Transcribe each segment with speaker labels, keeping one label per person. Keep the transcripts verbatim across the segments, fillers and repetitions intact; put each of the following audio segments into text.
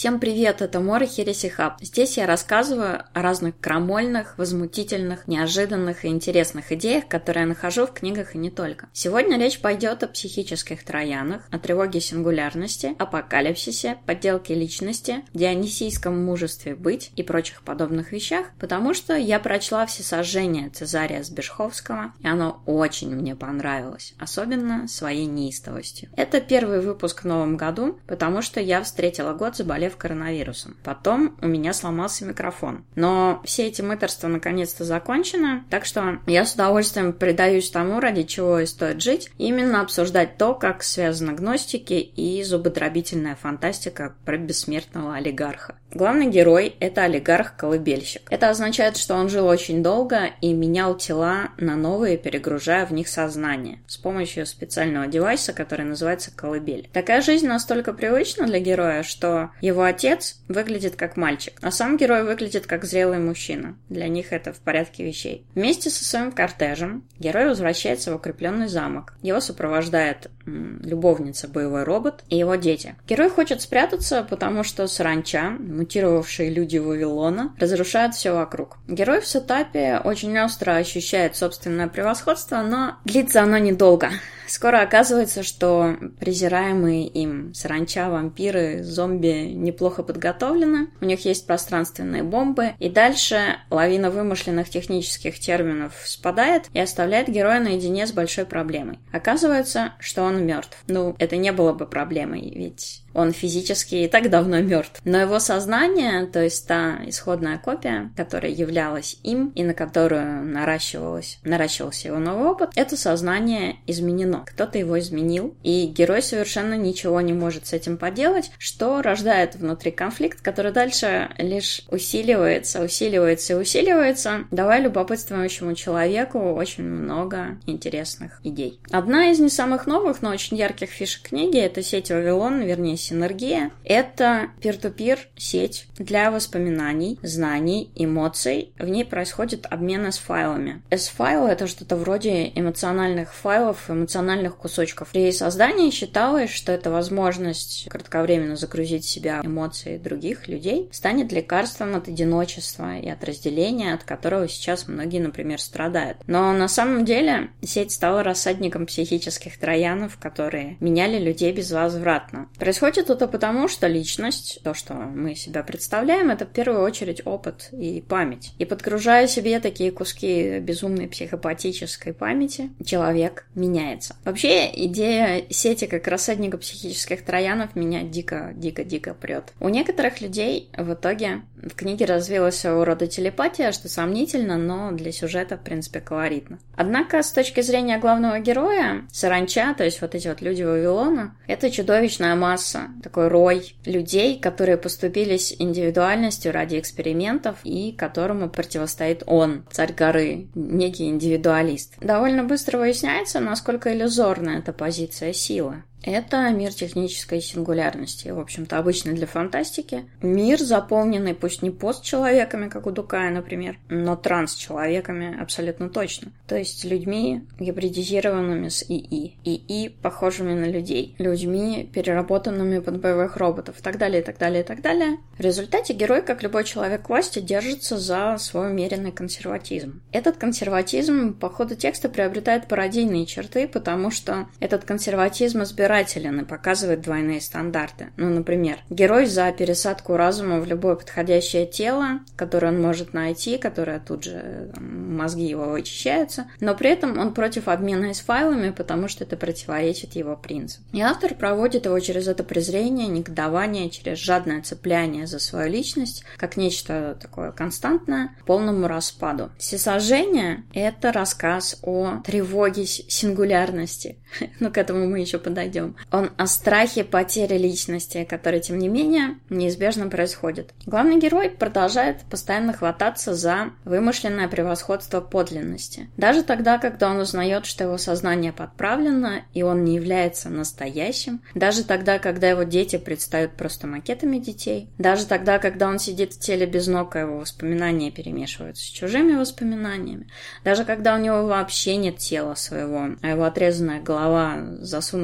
Speaker 1: Всем привет, это Мора Хереси Хаб. Здесь я рассказываю о разных крамольных, возмутительных, неожиданных и интересных идеях, которые я нахожу в книгах и не только. Сегодня речь пойдет о психических троянах, о тревоге сингулярности, апокалипсисе, подделке личности, дионисийском мужестве быть и прочих подобных вещах, потому что я прочла «Всесожжение» Цезария Збежховского, и оно очень мне понравилось, особенно своей неистовостью. Это первый выпуск в новом году, потому что я встретила год, заболев коронавирусом. Потом у меня сломался микрофон. Но все эти мыторства наконец-то закончены, так что я с удовольствием предаюсь тому, ради чего и стоит жить, именно обсуждать то, как связаны гностики и зубодробительная фантастика про бессмертного олигарха. Главный герой – это олигарх-колыбельщик. Это означает, что он жил очень долго и менял тела на новые, перегружая в них сознание с помощью специального девайса, который называется колыбель. Такая жизнь настолько привычна для героя, что его отец выглядит как мальчик, а сам герой выглядит как зрелый мужчина. Для них это в порядке вещей. Вместе со своим кортежем герой возвращается в укрепленный замок. Его сопровождает м, любовница, боевой робот и его дети. Герой хочет спрятаться, потому что саранча, мутировавшие люди Вавилона, разрушают все вокруг. Герой в сетапе очень остро ощущает собственное превосходство, но длится оно недолго. Скоро оказывается, что презираемые им саранча, вампиры, зомби неплохо подготовлены, у них есть пространственные бомбы, и дальше лавина вымышленных технических терминов спадает и оставляет героя наедине с большой проблемой. Оказывается, что он мертв. Ну, это не было бы проблемой, ведь он физически и так давно мертв. Но его сознание, то есть та исходная копия, которая являлась им и на которую наращивалось, наращивался его новый опыт, это сознание изменено. Кто-то его изменил, и герой совершенно ничего не может с этим поделать, что рождает внутри конфликт, который дальше лишь усиливается, усиливается и усиливается, давая любопытствующему человеку очень много интересных идей. Одна из не самых новых, но очень ярких фишек книги — это сеть Вавилон, вернее, Синергия. Это пир-ту-пир сеть для воспоминаний, знаний, эмоций. В ней происходит обмен эс-файлами. эс-файл — это что-то вроде эмоциональных файлов, эмоциональных кусочков. При создании считалось, что эта возможность кратковременно загрузить в себя эмоции других людей станет лекарством от одиночества и от разделения, от которого сейчас многие, например, страдают. Но на самом деле сеть стала рассадником психических троянов, которые меняли людей безвозвратно. Происходит это потому, что личность, то, что мы себя представляем, это в первую очередь опыт и память. И подгружая себе такие куски безумной психопатической памяти, человек меняется. Вообще, идея сети как рассадника психических троянов меня дико-дико-дико прет. У некоторых людей в итоге в книге развилась своего рода телепатия, что сомнительно, но для сюжета, в принципе, колоритно. Однако, с точки зрения главного героя, саранча, то есть вот эти вот люди Вавилона, это чудовищная масса, такой рой людей, которые поступились индивидуальностью ради экспериментов и которому противостоит он, царь горы, некий индивидуалист. Довольно быстро выясняется, насколько иллюзорна эта позиция силы. Это мир технической сингулярности, в общем-то, обычно для фантастики. Мир, заполненный пусть не постчеловеками, как у Дукая, например, но трансчеловеками абсолютно точно. То есть людьми, гибридизированными с ИИ. ИИ, похожими на людей. Людьми, переработанными под боевых роботов, и так далее, и так далее, и так далее. В результате герой, как любой человек власти, держится за свой умеренный консерватизм. Этот консерватизм по ходу текста приобретает пародийные черты, потому что этот консерватизм избирает и показывает двойные стандарты. Ну, например, герой за пересадку разума в любое подходящее тело, которое он может найти, которое тут же там, мозги его вычищаются, но при этом он против обмена с файлами, потому что это противоречит его принципу. И автор проводит его через это презрение, негодование, через жадное цепляние за свою личность, как нечто такое константное, к полному распаду. «Всесожжение» — это рассказ о тревоге сингулярности. Но к этому мы еще подойдем. Он о страхе потери личности, который, тем не менее, неизбежно происходит. Главный герой продолжает постоянно хвататься за вымышленное превосходство подлинности. Даже тогда, когда он узнает, что его сознание подправлено, и он не является настоящим. Даже тогда, когда его дети предстают просто макетами детей. Даже тогда, когда он сидит в теле без ног, а его воспоминания перемешиваются с чужими воспоминаниями. Даже когда у него вообще нет тела своего, а его отрезанная голова засунута в живот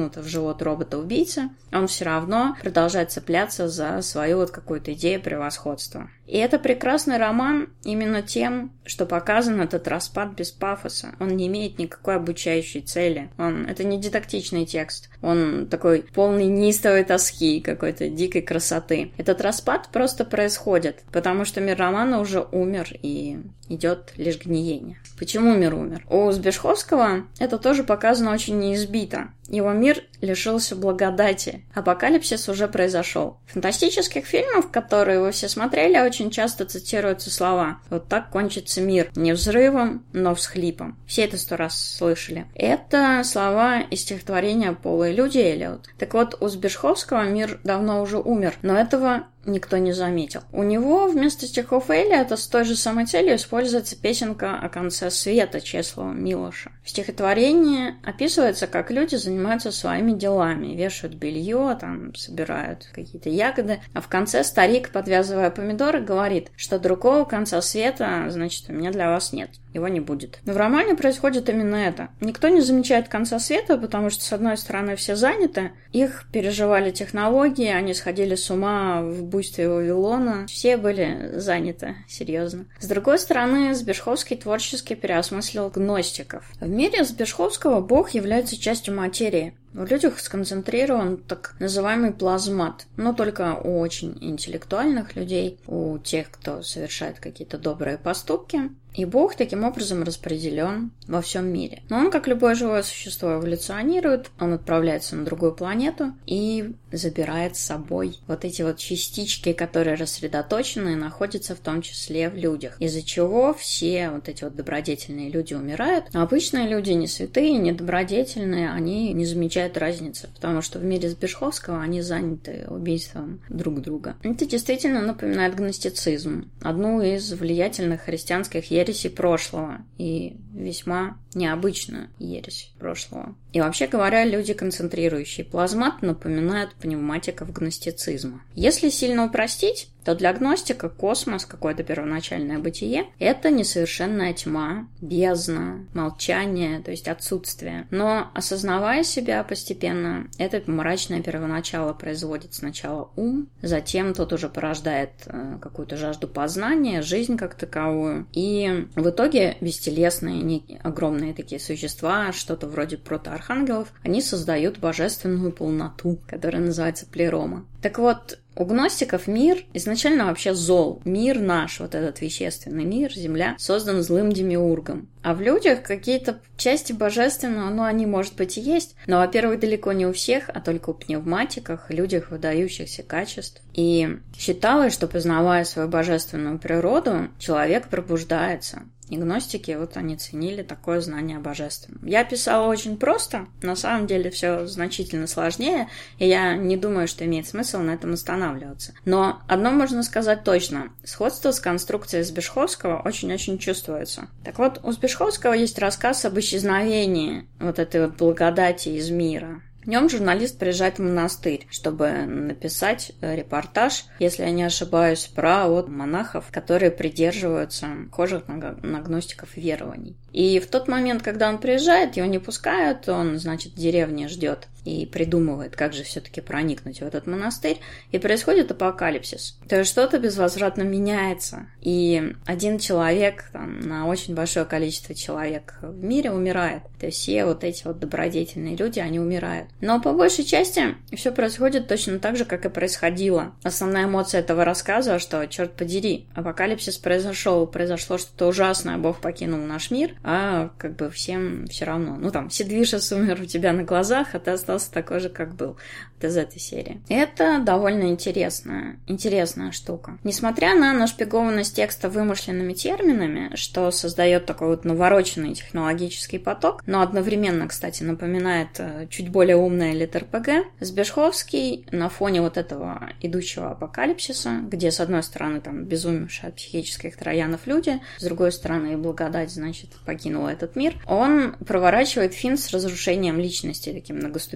Speaker 1: вот робота-убийцы, он все равно продолжает цепляться за свою вот какую-то идею превосходства. И это прекрасный роман именно тем, что показан этот распад без пафоса. Он не имеет никакой обучающей цели. Он, это не дидактичный текст. Он такой полный неистовой тоски, какой-то дикой красоты. Этот распад просто происходит, потому что мир романа уже умер и идет лишь гниение. Почему мир умер? У Збежховского это тоже показано очень неизбито. Его мир лишился благодати. Апокалипсис уже произошел. В фантастических фильмах, которые вы все смотрели, очень часто цитируются слова «Вот так кончится мир». Не взрывом, но всхлипом. Все это сто раз слышали. Это слова из стихотворения Пола и Люди Эллиот. Так вот, у Збежховского мир давно уже умер, но этого никто не заметил. У него вместо стихов Эллиота с той же самой целью используется песенка о конце света Чеслова Милоша. В стихотворении описывается, как люди занимаются своими делами, вешают белье, там, собирают какие-то ягоды, а в конце старик, подвязывая помидоры, говорит, что другого конца света, значит, у меня для вас нет. Его не будет. Но в романе происходит именно это. Никто не замечает конца света, потому что, с одной стороны, все заняты, их переживали технологии, они сходили с ума в буйстве Вавилона, все были заняты, серьезно. С другой стороны, Збежховский творчески переосмыслил гностиков. В мире Збежховского Бог является частью материи. В людях сконцентрирован так называемый плазмат, но только у очень интеллектуальных людей, у тех, кто совершает какие-то добрые поступки. И Бог таким образом распределен во всем мире. Но он, как любое живое существо, эволюционирует, он отправляется на другую планету и забирает с собой вот эти вот частички, которые рассредоточены и находятся в том числе в людях. Из-за чего все вот эти вот добродетельные люди умирают, а обычные люди не святые, не добродетельные, они не замечают разницы, потому что в мире Збежховского они заняты убийством друг друга. Это действительно напоминает гностицизм, одну из влиятельных христианских ересей прошлого и весьма необычную ересь прошлого. И вообще говоря, люди, концентрирующие плазмат, напоминают пневматиков гностицизма. Если сильно упростить, то для гностика космос, какое-то первоначальное бытие, это несовершенная тьма, бездна, молчание, то есть отсутствие. Но, осознавая себя постепенно, это мрачное первоначало производит сначала ум, затем тот уже порождает э, какую-то жажду познания, жизнь как таковую. И в итоге бестелесные, не, огромные такие существа, что-то вроде протоархангелов, они создают божественную полноту, которая называется плерома. Так вот, у гностиков мир изначально вообще зол. Мир наш, вот этот вещественный мир, Земля, создан злым демиургом. А в людях какие-то части божественного, ну, они, может быть, и есть, но, во-первых, далеко не у всех, а только у пневматиков, людях выдающихся качеств. И считалось, что, познавая свою божественную природу, человек пробуждается. И гностики, вот они ценили такое знание о божественном. Я писала очень просто, на самом деле все значительно сложнее, и я не думаю, что имеет смысл на этом останавливаться. Но одно можно сказать точно. Сходство с конструкцией Збежховского очень-очень чувствуется. Так вот, у Збежховского есть рассказ об исчезновении вот этой вот благодати из мира. В нем журналист приезжает в монастырь, чтобы написать репортаж, если я не ошибаюсь, про вот монахов, которые придерживаются похожих на, на гностиков верований. И в тот момент, когда он приезжает, его не пускают, он, значит, в деревне ждет и придумывает, как же все-таки проникнуть в этот монастырь, и происходит апокалипсис. То есть что-то безвозвратно меняется, и один человек там, на очень большое количество человек в мире умирает. То есть все вот эти вот добродетельные люди, они умирают. Но по большей части все происходит точно так же, как и происходило. Основная эмоция этого рассказа, что, черт подери, апокалипсис произошел, произошло что-то ужасное, Бог покинул наш мир, а как бы всем все равно. Ну там, Сидвишес умер у тебя на глазах, а ты остался такой же, как был. Вот из этой серии. Это довольно интересная, интересная штука. Несмотря на нашпигованность текста вымышленными терминами, что создает такой вот навороченный технологический поток, но одновременно, кстати, напоминает чуть более умное ЛитРПГ, Збежховский на фоне вот этого идущего апокалипсиса, где с одной стороны там безумевшие от психических троянов люди, с другой стороны благодать, значит, покинула этот мир, он проворачивает фильм с разрушением личности, таким многоступенчатым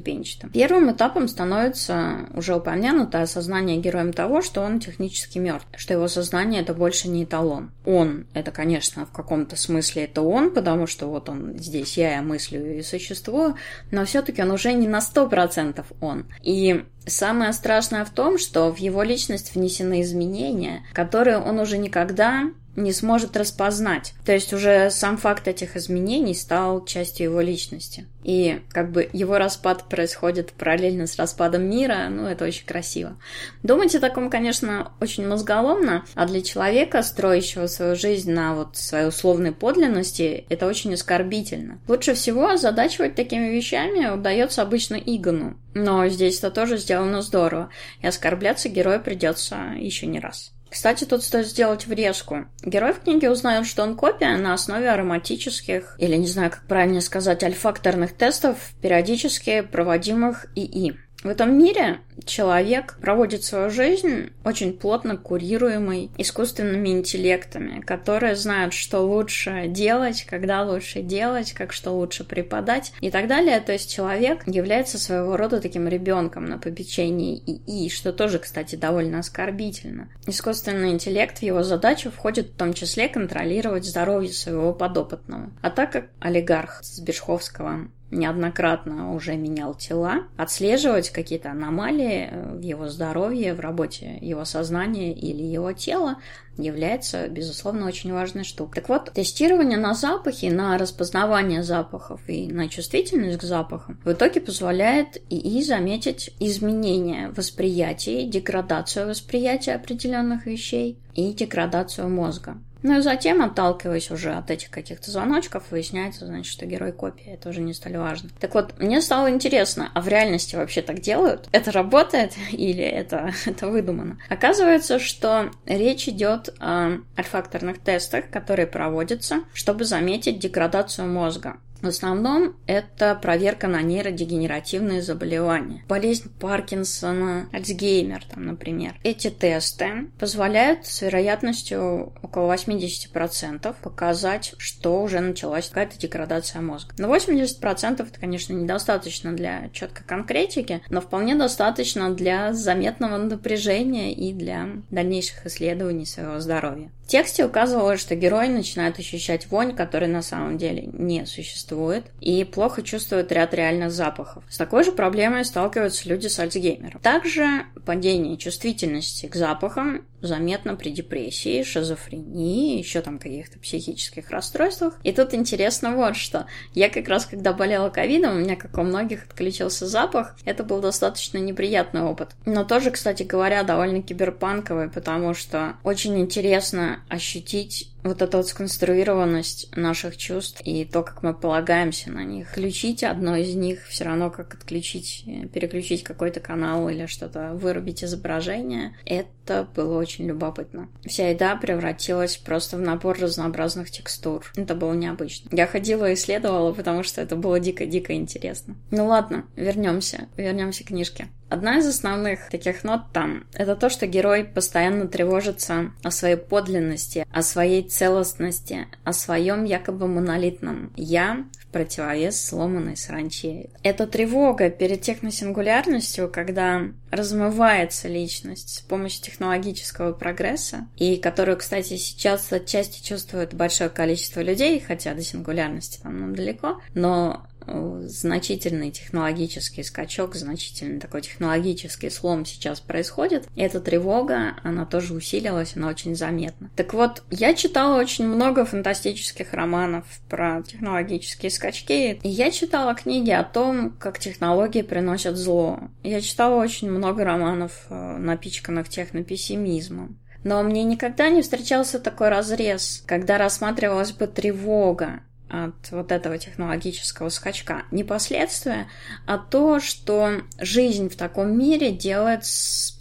Speaker 1: многоступенчатым. Первым этапом становится уже упомянутое осознание героем того, что он технически мертв, что его сознание — это больше не эталон. Он — это, конечно, в каком-то смысле это он, потому что вот он здесь, я, я мыслю и существую, но все-таки он уже не на сто процентов он. И самое страшное в том, что в его личность внесены изменения, которые он уже никогда не сможет распознать. То есть уже сам факт этих изменений стал частью его личности. И как бы его распад происходит параллельно с распадом мира, ну, это очень красиво. Думать о таком, конечно, очень мозголомно, а для человека, строящего свою жизнь на вот своей условной подлинности, это очень оскорбительно. Лучше всего озадачивать такими вещами удается обычно Игону, но здесь это тоже сделано здорово, и оскорбляться герою придется еще не раз. Кстати, тут стоит сделать врезку. Герой в книге узнает, что он копия на основе ароматических, или не знаю, как правильно сказать, альфакторных тестов, периодически проводимых ИИ. В этом мире человек проводит свою жизнь очень плотно курируемой искусственными интеллектами, которые знают, что лучше делать, когда лучше делать, как что лучше преподать и так далее. То есть человек является своего рода таким ребенком на попечении ИИ, что тоже, кстати, довольно оскорбительно. Искусственный интеллект в его задачу входит в том числе контролировать здоровье своего подопытного. А так как олигарх с Бережковского неоднократно уже менял тела, отслеживать какие-то аномалии в его здоровье, в работе его сознания или его тела является, безусловно, очень важной штукой. Так вот, тестирование на запахи, на распознавание запахов и на чувствительность к запахам в итоге позволяет ИИ заметить изменения в восприятии, деградацию восприятия определенных вещей и деградацию мозга. Ну и затем, отталкиваясь уже от этих каких-то звоночков, выясняется, значит, что герой копия. Это уже не столь важно. Так вот, мне стало интересно, а в реальности вообще так делают? Это работает или это, это выдумано? Оказывается, что речь идет о альфакторных тестах, которые проводятся, чтобы заметить деградацию мозга. В основном это проверка на нейродегенеративные заболевания. Болезнь Паркинсона, Альцгеймер, там, например. Эти тесты позволяют с вероятностью около восемьдесят процентов показать, что уже началась какая-то деградация мозга. Но восемьдесят процентов это, конечно, недостаточно для четкой конкретики, но вполне достаточно для заметного напряжения и для дальнейших исследований своего здоровья. В тексте указывалось, что герой начинает ощущать вонь, которая на самом деле не существует, и плохо чувствует ряд реальных запахов. С такой же проблемой сталкиваются люди с Альцгеймером. Также падение чувствительности к запахам заметно при депрессии, шизофрении, еще там каких-то психических расстройствах. И тут интересно вот что. Я как раз, когда болела ковидом, у меня, как у многих, отключился запах. Это был достаточно неприятный опыт. Но тоже, кстати говоря, довольно киберпанковый, потому что очень интересно ощутить вот эту вот сконструированность наших чувств и то, как мы полагаемся на них. Включить одно из них все равно, как отключить, переключить какой-то канал или что-то, вырубить изображение. Это было очень любопытно. Вся еда превратилась просто в набор разнообразных текстур. Это было необычно. Я ходила и исследовала, потому что это было дико-дико интересно. Ну ладно, вернемся. Вернемся к книжке. Одна из основных таких нот там — это то, что герой постоянно тревожится о своей подлинности, о своей целостности, о своем якобы монолитном «я» в противовес сломанной саранче. Эта тревога перед техносингулярностью, когда размывается личность с помощью технологического прогресса, и которую, кстати, сейчас отчасти чувствует большое количество людей, хотя до сингулярности там нам далеко, но значительный технологический скачок, значительный такой технологический слом сейчас происходит. И эта тревога, она тоже усилилась, она очень заметна. Так вот, я читала очень много фантастических романов про технологические скачки, и я читала книги о том, как технологии приносят зло. Я читала очень много романов, напичканных технопессимизмом. Но мне никогда не встречался такой разрез, когда рассматривалась бы тревога от вот этого технологического скачка. Не последствия, а то, что жизнь в таком мире делает с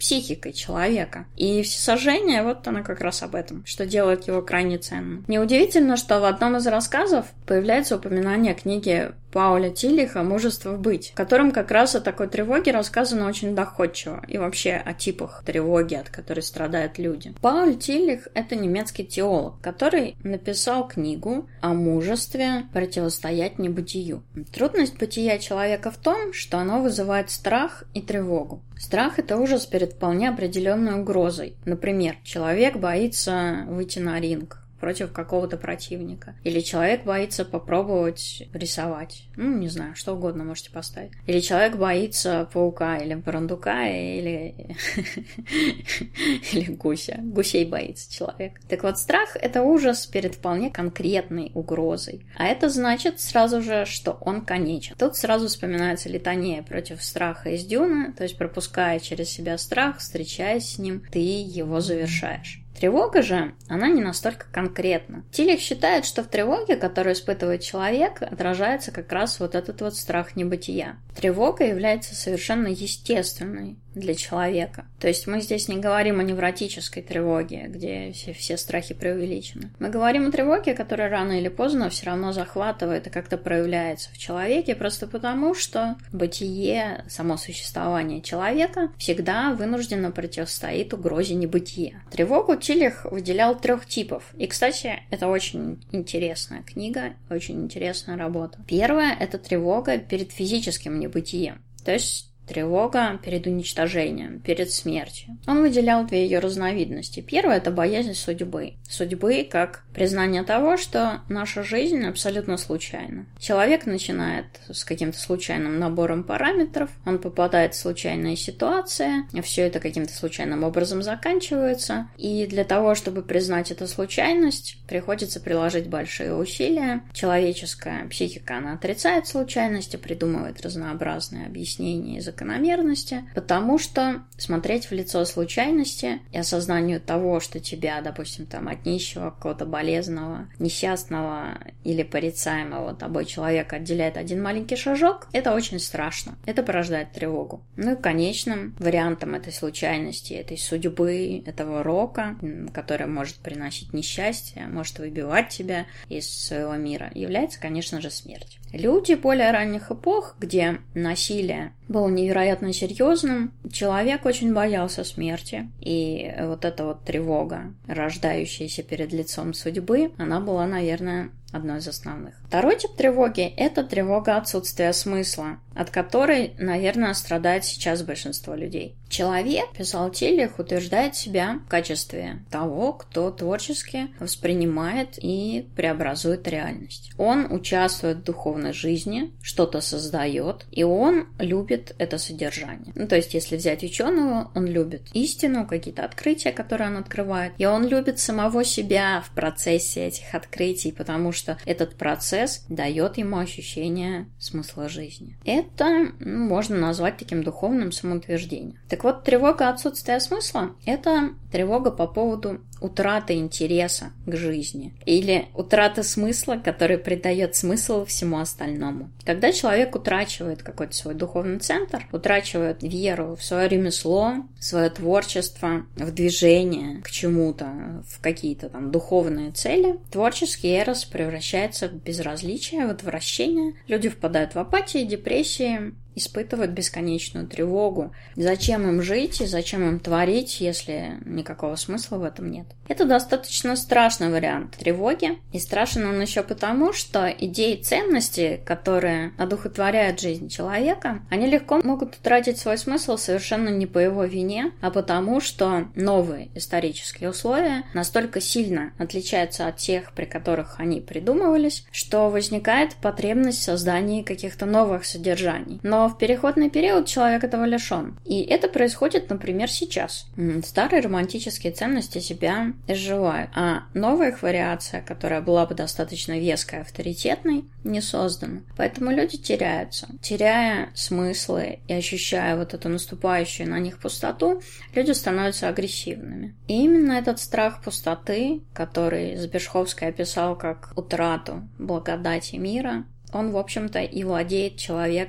Speaker 1: психикой человека. И всесожжение, вот оно как раз об этом, что делает его крайне ценным. Неудивительно, что в одном из рассказов появляется упоминание книги Пауля Тиллиха «Мужество в быть», в котором как раз о такой тревоге рассказано очень доходчиво, и вообще о типах тревоги, от которой страдают люди. Пауль Тиллих — это немецкий теолог, который написал книгу о мужестве противостоять небытию. Трудность бытия человека в том, что оно вызывает страх и тревогу. Страх — это ужас перед вполне определенной угрозой. Например, человек боится выйти на ринг против какого-то противника. Или человек боится попробовать рисовать. Ну, не знаю, что угодно можете поставить. Или человек боится паука, или бурундука, или... или гуся. Гусей боится человек. Так вот, страх — это ужас перед вполне конкретной угрозой. А это значит сразу же, что он конечен. Тут сразу вспоминается литания против страха из Дюны, то есть пропуская через себя страх, встречаясь с ним, ты его завершаешь. Тревога же, она не настолько конкретна. Тиллих считает, что в тревоге, которую испытывает человек, отражается как раз вот этот вот страх небытия. Тревога является совершенно естественной для человека. То есть мы здесь не говорим о невротической тревоге, где все, все страхи преувеличены. Мы говорим о тревоге, которая рано или поздно все равно захватывает и как-то проявляется в человеке, просто потому, что бытие, само существование человека всегда вынужденно противостоит угрозе небытия. Тревогу Тиллих выделял трех типов. И, кстати, это очень интересная книга, очень интересная работа. Первая — это тревога перед физическим небытием. То есть тревога перед уничтожением, перед смертью. Он выделял две ее разновидности. Первая — это боязнь судьбы. Судьбы как признание того, что наша жизнь абсолютно случайна. Человек начинает с каким-то случайным набором параметров, он попадает в случайные ситуации, все это каким-то случайным образом заканчивается, и для того, чтобы признать эту случайность, приходится приложить большие усилия. Человеческая психика, она отрицает случайности, придумывает разнообразные объяснения и закономерности, потому что смотреть в лицо случайности и осознанию того, что тебя, допустим, там от нищего, какого-то болезного, несчастного или порицаемого тобой человека отделяет один маленький шажок, это очень страшно. Это порождает тревогу. Ну и конечным вариантом этой случайности, этой судьбы, этого рока, который может приносить несчастье, может выбивать тебя из своего мира, является, конечно же, смерть. Люди более ранних эпох, где насилие было невероятно серьезным, человек очень боялся смерти. И вот эта вот тревога, рождающаяся перед лицом судьбы, она была, наверное, одной из основных. Второй тип тревоги – это тревога отсутствия смысла, от которой, наверное, страдает сейчас большинство людей. Человек, писал Тиллих, утверждает себя в качестве того, кто творчески воспринимает и преобразует реальность. Он участвует в духовной жизни, что-то создает, и он любит это содержание. Ну, то есть, если взять ученого, он любит истину, какие-то открытия, которые он открывает, и он любит самого себя в процессе этих открытий, потому что этот процесс дает ему ощущение смысла жизни. Это ну, можно назвать таким духовным самоутверждением. Так вот, тревога отсутствия смысла – это тревога по поводу утраты интереса к жизни или утраты смысла, который придает смысл всему остальному. Когда человек утрачивает какой-то свой духовный центр, утрачивает веру в свое ремесло, свое творчество, в движение к чему-то, в какие-то там духовные цели, творческий эрос превращается в безразличие, в отвращение. Люди впадают в апатию, депрессии, испытывают бесконечную тревогу. Зачем им жить и зачем им творить, если никакого смысла в этом нет? Это достаточно страшный вариант тревоги. И страшен он еще потому, что идеи и ценности, которые одухотворяют жизнь человека, они легко могут утратить свой смысл совершенно не по его вине, а потому, что новые исторические условия настолько сильно отличаются от тех, при которых они придумывались, что возникает потребность в создании каких-то новых содержаний. Но в переходный период человек этого лишен. И это происходит, например, сейчас. Старые романтические ценности себя изживают, а новая их вариация, которая была бы достаточно веской, авторитетной, не создана. Поэтому люди теряются. Теряя смыслы и ощущая вот эту наступающую на них пустоту, люди становятся агрессивными. И именно этот страх пустоты, который Запешховский описал как утрату благодати мира, он, в общем-то, и владеет человеком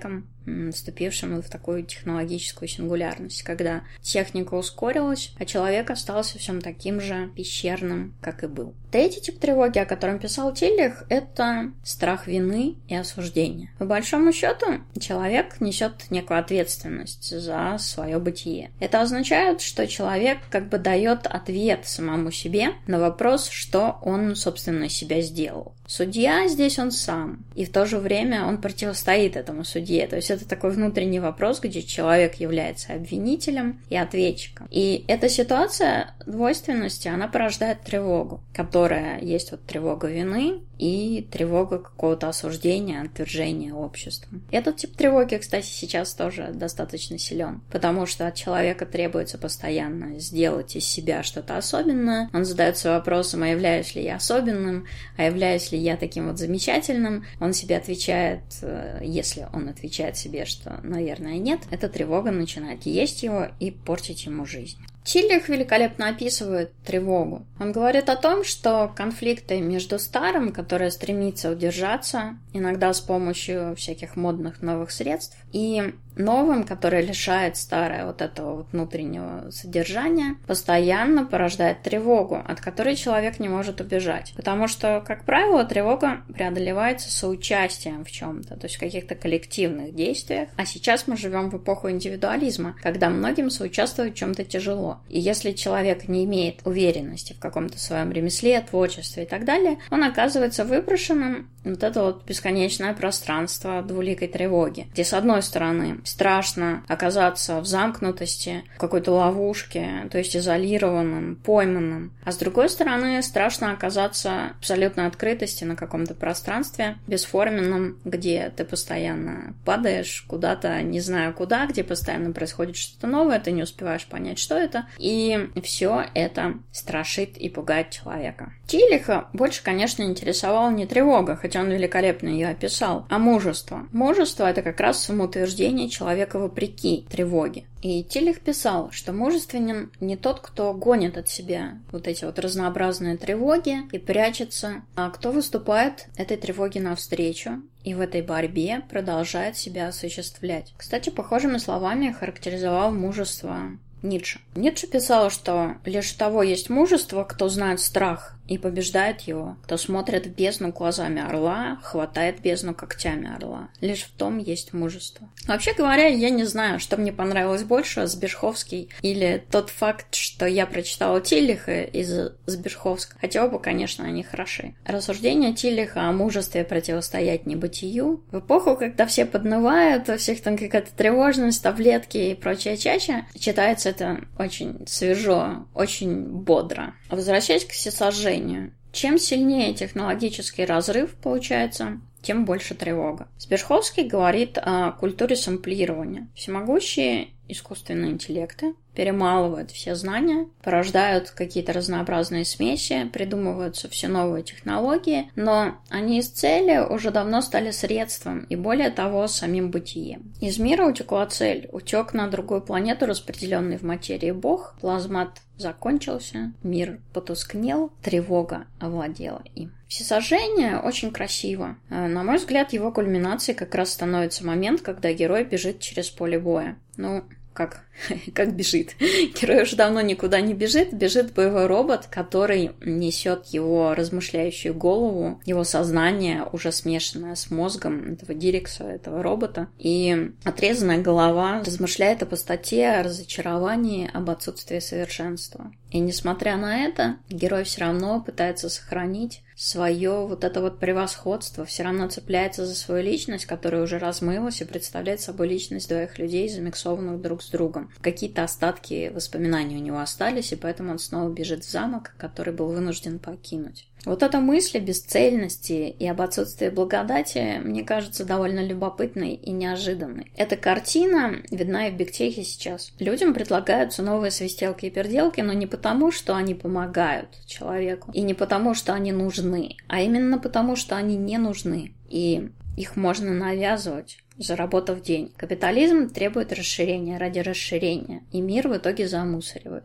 Speaker 1: вступившим в такую технологическую сингулярность, когда техника ускорилась, а человек остался всем таким же пещерным, как и был. Третий тип тревоги, о котором писал Тиллих, это страх вины и осуждения. По большому счету, человек несет некую ответственность за свое бытие. Это означает, что человек как бы дает ответ самому себе на вопрос, что он, собственно, из себя сделал. Судья здесь он сам, и в то же время он противостоит этому судье. То есть это такой внутренний вопрос, где человек является обвинителем и ответчиком. И эта ситуация двойственности, она порождает тревогу, которая есть вот тревога вины и тревога какого-то осуждения, отвержения обществом. Этот тип тревоги, кстати, сейчас тоже достаточно силен, потому что от человека требуется постоянно сделать из себя что-то особенное. Он задается вопросом, а являюсь ли я особенным, а являюсь ли я таким вот замечательным. Он себе отвечает, если он отвечает себе, что, наверное, нет, эта тревога начинает есть его и портить ему жизнь. Тиллих великолепно описывает тревогу. Он говорит о том, что конфликты между старым, которое стремится удержаться, иногда с помощью всяких модных новых средств, и новым, которое лишает старое вот этого вот внутреннего содержания, постоянно порождает тревогу, от которой человек не может убежать. Потому что, как правило, тревога преодолевается соучастием в чем-то, то есть в каких-то коллективных действиях. А сейчас мы живем в эпоху индивидуализма, когда многим соучаствовать в чем-то тяжело. И если человек не имеет уверенности в каком-то своем ремесле, творчестве и так далее, он оказывается выброшенным в вот это вот бесконечное пространство двуликой тревоги, где, с одной стороны, страшно оказаться в замкнутости, в какой-то ловушке, то есть изолированным, пойманным, а с другой стороны, страшно оказаться в абсолютной открытости на каком-то пространстве бесформенном, где ты постоянно падаешь куда-то, не знаю куда, где постоянно происходит что-то новое, ты не успеваешь понять, что это, и все это страшит и пугает человека. Тиллиха больше, конечно, интересовала не тревога, хотя он великолепно ее описал, а мужество. Мужество — это как раз самоутверждение человека вопреки тревоге. И Тиллих писал, что мужественен не тот, кто гонит от себя вот эти вот разнообразные тревоги и прячется, а кто выступает этой тревоге навстречу и в этой борьбе продолжает себя осуществлять. Кстати, похожими словами характеризовал мужество Ницше. Ницше писал, что лишь у того есть мужество, кто знает страх и побеждает его, кто смотрит в бездну глазами орла, хватает бездну когтями орла. Лишь в том есть мужество. Вообще говоря, я не знаю, что мне понравилось больше, Сберховский или тот факт, что я прочитала Тиллиха из Сберховска. Хотя оба, конечно, они хороши. Рассуждения Тиллиха о мужестве противостоять небытию. В эпоху, когда все поднывают, у всех там какая-то тревожность, таблетки и прочая чача, читается это очень свежо, очень бодро. Возвращаясь к всесожжению, чем сильнее технологический разрыв получается, тем больше тревога. Сберховский говорит о культуре сэмплирования. Всемогущие искусственные интеллекты перемалывают все знания, порождают какие-то разнообразные смеси, придумываются все новые технологии, но они из цели уже давно стали средством и, более того, самим бытием. Из мира утекла цель, утек на другую планету, распределенный в материи Бог, плазмат закончился, мир потускнел, тревога овладела им. Всесожжение очень красиво. На мой взгляд, его кульминацией как раз становится момент, когда герой бежит через поле боя. Ну, как, как бежит. Герой уже давно никуда не бежит, бежит боевой робот, который несет его размышляющую голову, его сознание, уже смешанное с мозгом этого Дирекса, этого робота. И отрезанная голова размышляет о пустоте, о разочаровании, об отсутствии совершенства. И несмотря на это, герой все равно пытается сохранить свое вот это вот превосходство, все равно цепляется за свою личность, которая уже размылась и представляет собой личность двоих людей, замиксованных друг с другом. Какие-то остатки воспоминаний у него остались, и поэтому он снова бежит в замок, который был вынужден покинуть. Вот эта мысль о бесцельности и об отсутствии благодати, мне кажется, довольно любопытной и неожиданной. Эта картина видна и в бигтехе сейчас. Людям предлагаются новые свистелки и перделки, но не потому, что они помогают человеку, и не потому, что они нужны, а именно потому, что они не нужны, и их можно навязывать, заработав день. Капитализм требует расширения ради расширения, и мир в итоге замусоривается.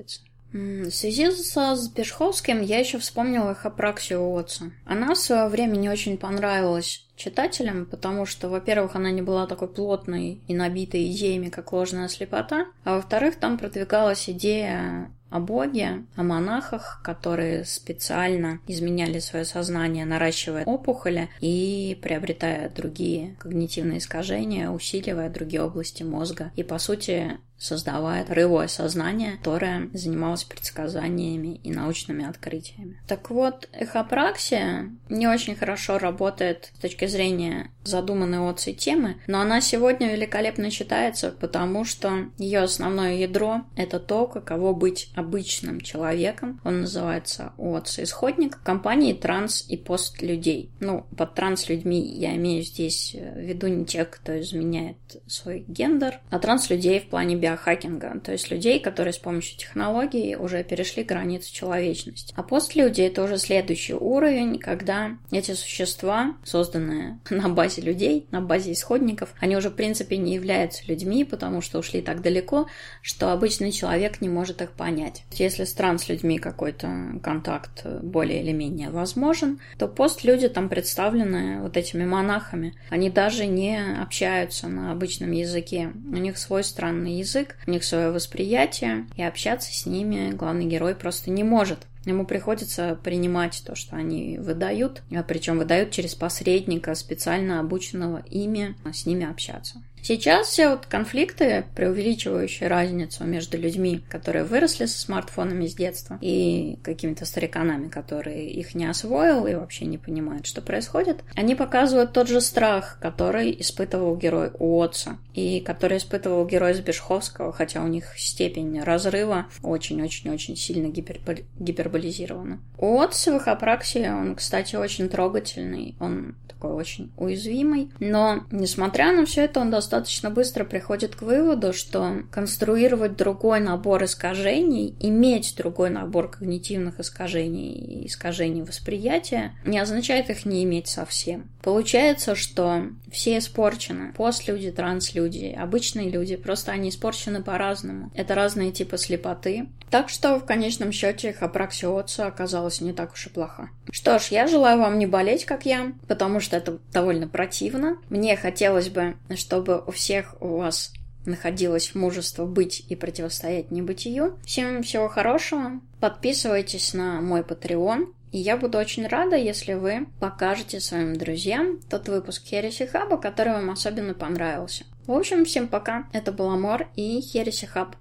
Speaker 1: В связи со Сбережховским я еще вспомнила Эхопраксию Уотса. Она в свое время не очень понравилась читателям, потому что, во-первых, она не была такой плотной и набитой идеями, как «Ложная слепота», а во-вторых, там продвигалась идея о Боге, о монахах, которые специально изменяли свое сознание, наращивая опухоли и приобретая другие когнитивные искажения, усиливая другие области мозга и, по сути, создавая рывое сознание, которое занималось предсказаниями и научными открытиями. Так вот, эхопраксия не очень хорошо работает с точки зрения задуманной Уотсом темы, но она сегодня великолепно читается, потому что ее основное ядро — это то, каково быть обычным человеком. Он называется Уотс «Исходник» в компании транс- и пост-людей. Ну, под транс-людьми я имею здесь в виду не тех, кто изменяет свой гендер, а транс-людей в плане биохимии, хакинга, то есть людей, которые с помощью технологий уже перешли границу человечности. А постлюди — это уже следующий уровень, когда эти существа, созданные на базе людей, на базе исходников, они уже в принципе не являются людьми, потому что ушли так далеко, что обычный человек не может их понять. Если с транслюдьми какой-то контакт более или менее возможен, то постлюди там представлены вот этими монахами. Они даже не общаются на обычном языке. У них свой странный язык, у них свое восприятие, и общаться с ними главный герой просто не может. Ему приходится принимать то, что они выдают, причем выдают через посредника, специально обученного ими с ними общаться. Сейчас все вот конфликты, преувеличивающие разницу между людьми, которые выросли со смартфонами с детства, и какими-то стариканами, которые их не освоил и вообще не понимают, что происходит, они показывают тот же страх, который испытывал герой Уотса, и который испытывал герой Сбережховского, хотя у них степень разрыва очень-очень-очень сильно гиперболи- гиперболизирована. Уотс в эхопраксии, он, кстати, очень трогательный, он такой очень уязвимый, но, несмотря на все это, он достаточно достаточно быстро приходит к выводу, что конструировать другой набор искажений, иметь другой набор когнитивных искажений и искажений восприятия, не означает их не иметь совсем. Получается, что все испорчены. Постлюди, транслюди, обычные люди, просто они испорчены по-разному. Это разные типы слепоты. Так что, в конечном счете, эхопраксия Уотса оказалась не так уж и плоха. Что ж, я желаю вам не болеть, как я, потому что это довольно противно. Мне хотелось бы, чтобы у всех у вас находилось мужество быть и противостоять небытию. Всем всего хорошего. Подписывайтесь на мой Patreon. И я буду очень рада, если вы покажете своим друзьям тот выпуск Хереси Хаба, который вам особенно понравился. В общем, всем пока. Это был Амор и Хереси Хаб.